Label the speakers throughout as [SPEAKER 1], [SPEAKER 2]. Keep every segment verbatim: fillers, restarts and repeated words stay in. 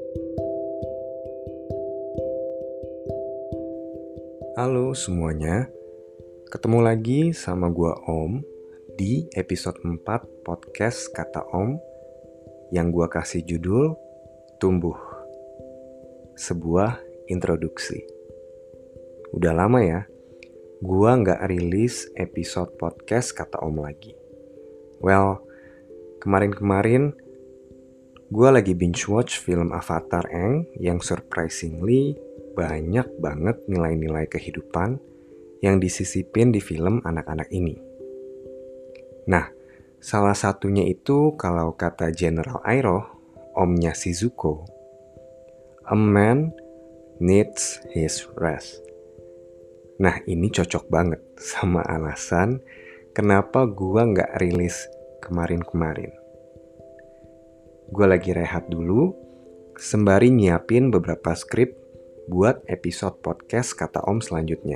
[SPEAKER 1] Halo semuanya, ketemu lagi sama gua Om di episode empat podcast Kata Om yang gua kasih judul Tumbuh, sebuah introduksi. Udah lama ya, gua nggak rilis episode podcast Kata Om lagi. Well, kemarin-kemarin gua lagi binge watch film Avatar Aang yang surprisingly banyak banget nilai-nilai kehidupan yang disisipin di film anak-anak ini. Nah, salah satunya itu kalau kata General Iroh, omnya si Zuko, a man needs his rest. Nah, ini cocok banget sama alasan kenapa gua nggak rilis kemarin-kemarin. Gua lagi rehat dulu, sembari nyiapin beberapa skrip buat episode podcast Kata Om selanjutnya.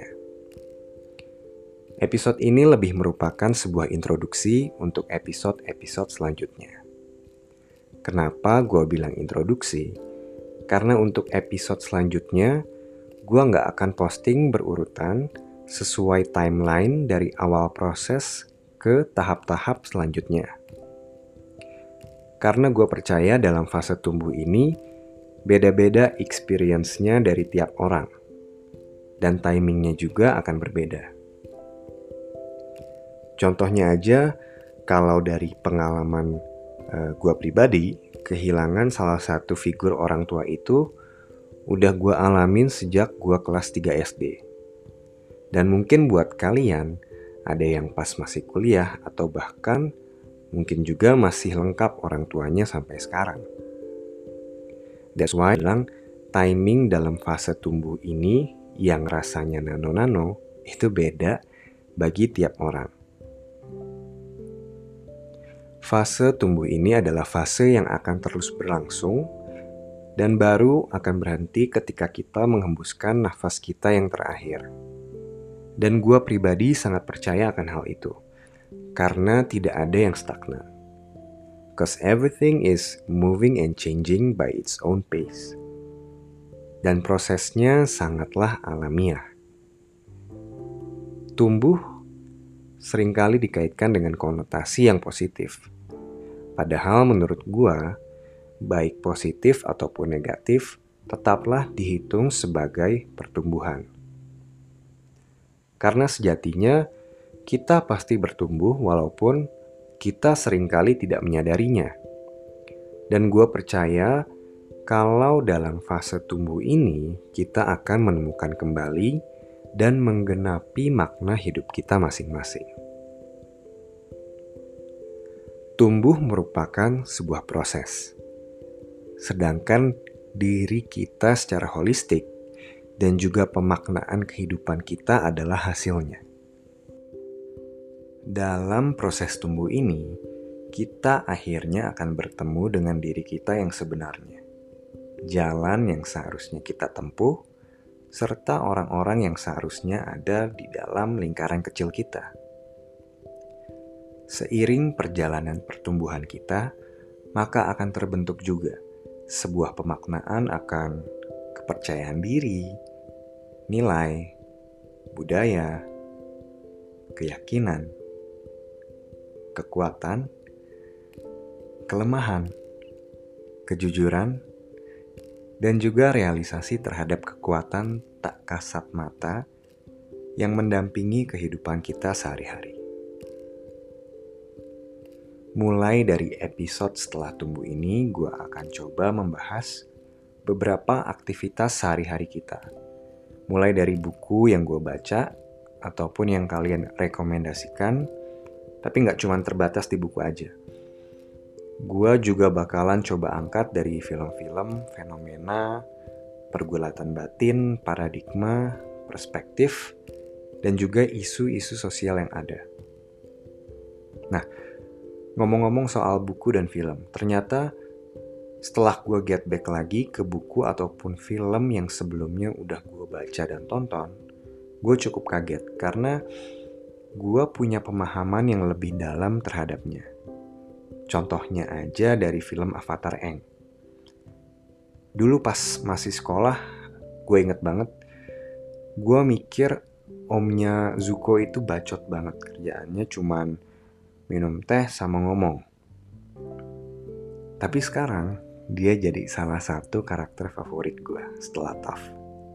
[SPEAKER 1] Episode ini lebih merupakan sebuah introduksi untuk episode-episode selanjutnya. Kenapa gue bilang introduksi? Karena untuk episode selanjutnya, gue nggak akan posting berurutan sesuai timeline dari awal proses ke tahap-tahap selanjutnya. Karena gue percaya dalam fase tumbuh ini, beda-beda experience-nya dari tiap orang. Dan timingnya juga akan berbeda. Contohnya aja, kalau dari pengalaman uh, gue pribadi, kehilangan salah satu figur orang tua itu udah gue alamin sejak gue kelas tiga S D. Dan mungkin buat kalian, ada yang pas masih kuliah atau bahkan mungkin juga masih lengkap orang tuanya sampai sekarang. That's why bilang timing dalam fase tumbuh ini yang rasanya nano-nano itu beda bagi tiap orang. Fase tumbuh ini adalah fase yang akan terus berlangsung dan baru akan berhenti ketika kita menghembuskan nafas kita yang terakhir. Dan gue pribadi sangat percaya akan hal itu, karena tidak ada yang stagnan. Because everything is moving and changing by its own pace. Dan prosesnya sangatlah alamiah. Tumbuh seringkali dikaitkan dengan konotasi yang positif. Padahal menurut gua, baik positif ataupun negatif, tetaplah dihitung sebagai pertumbuhan. Karena sejatinya, kita pasti bertumbuh walaupun kita seringkali tidak menyadarinya. Dan gue percaya kalau dalam fase tumbuh ini kita akan menemukan kembali dan menggenapi makna hidup kita masing-masing. Tumbuh merupakan sebuah proses. Sedangkan diri kita secara holistik dan juga pemaknaan kehidupan kita adalah hasilnya. Dalam proses tumbuh ini, kita akhirnya akan bertemu dengan diri kita yang sebenarnya. Jalan yang seharusnya kita tempuh, serta orang-orang yang seharusnya ada di dalam lingkaran kecil kita. Seiring perjalanan pertumbuhan kita, maka akan terbentuk juga sebuah pemaknaan akan kepercayaan diri, nilai, budaya, keyakinan, kekuatan, kelemahan, kejujuran, dan juga realisasi terhadap kekuatan tak kasat mata yang mendampingi kehidupan kita sehari-hari. Mulai dari episode setelah tumbuh ini, gue akan coba membahas beberapa aktivitas sehari-hari kita. Mulai dari buku yang gue baca, ataupun yang kalian rekomendasikan, tapi gak cuma terbatas di buku aja. Gua juga bakalan coba angkat dari film-film, fenomena, pergulatan batin, paradigma, perspektif, dan juga isu-isu sosial yang ada. Nah, ngomong-ngomong soal buku dan film, ternyata setelah gue get back lagi ke buku ataupun film yang sebelumnya udah gue baca dan tonton, gue cukup kaget karena gue punya pemahaman yang lebih dalam terhadapnya. Contohnya aja dari film Avatar Aang. Dulu pas masih sekolah, gue inget banget, gue mikir omnya Zuko itu bacot banget, kerjaannya cuman minum teh sama ngomong. Tapi sekarang dia jadi salah satu karakter favorit gue setelah Toph.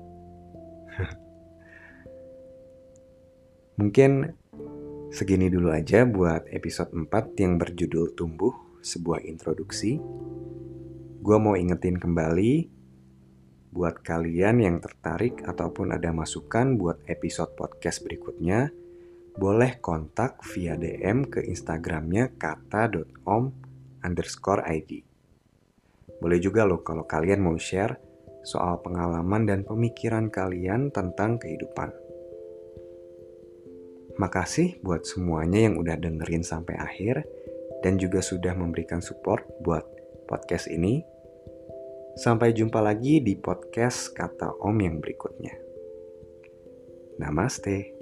[SPEAKER 1] Mungkin segini dulu aja buat episode empat yang berjudul Tumbuh, sebuah introduksi. Gue mau ingetin kembali buat kalian yang tertarik ataupun ada masukan buat episode podcast berikutnya, boleh kontak via D M ke Instagramnya kata.om underscore id. Boleh juga loh kalau kalian mau share soal pengalaman dan pemikiran kalian tentang kehidupan. Makasih buat semuanya yang udah dengerin sampai akhir dan juga sudah memberikan support buat podcast ini. Sampai jumpa lagi di podcast Kata Om yang berikutnya. Namaste.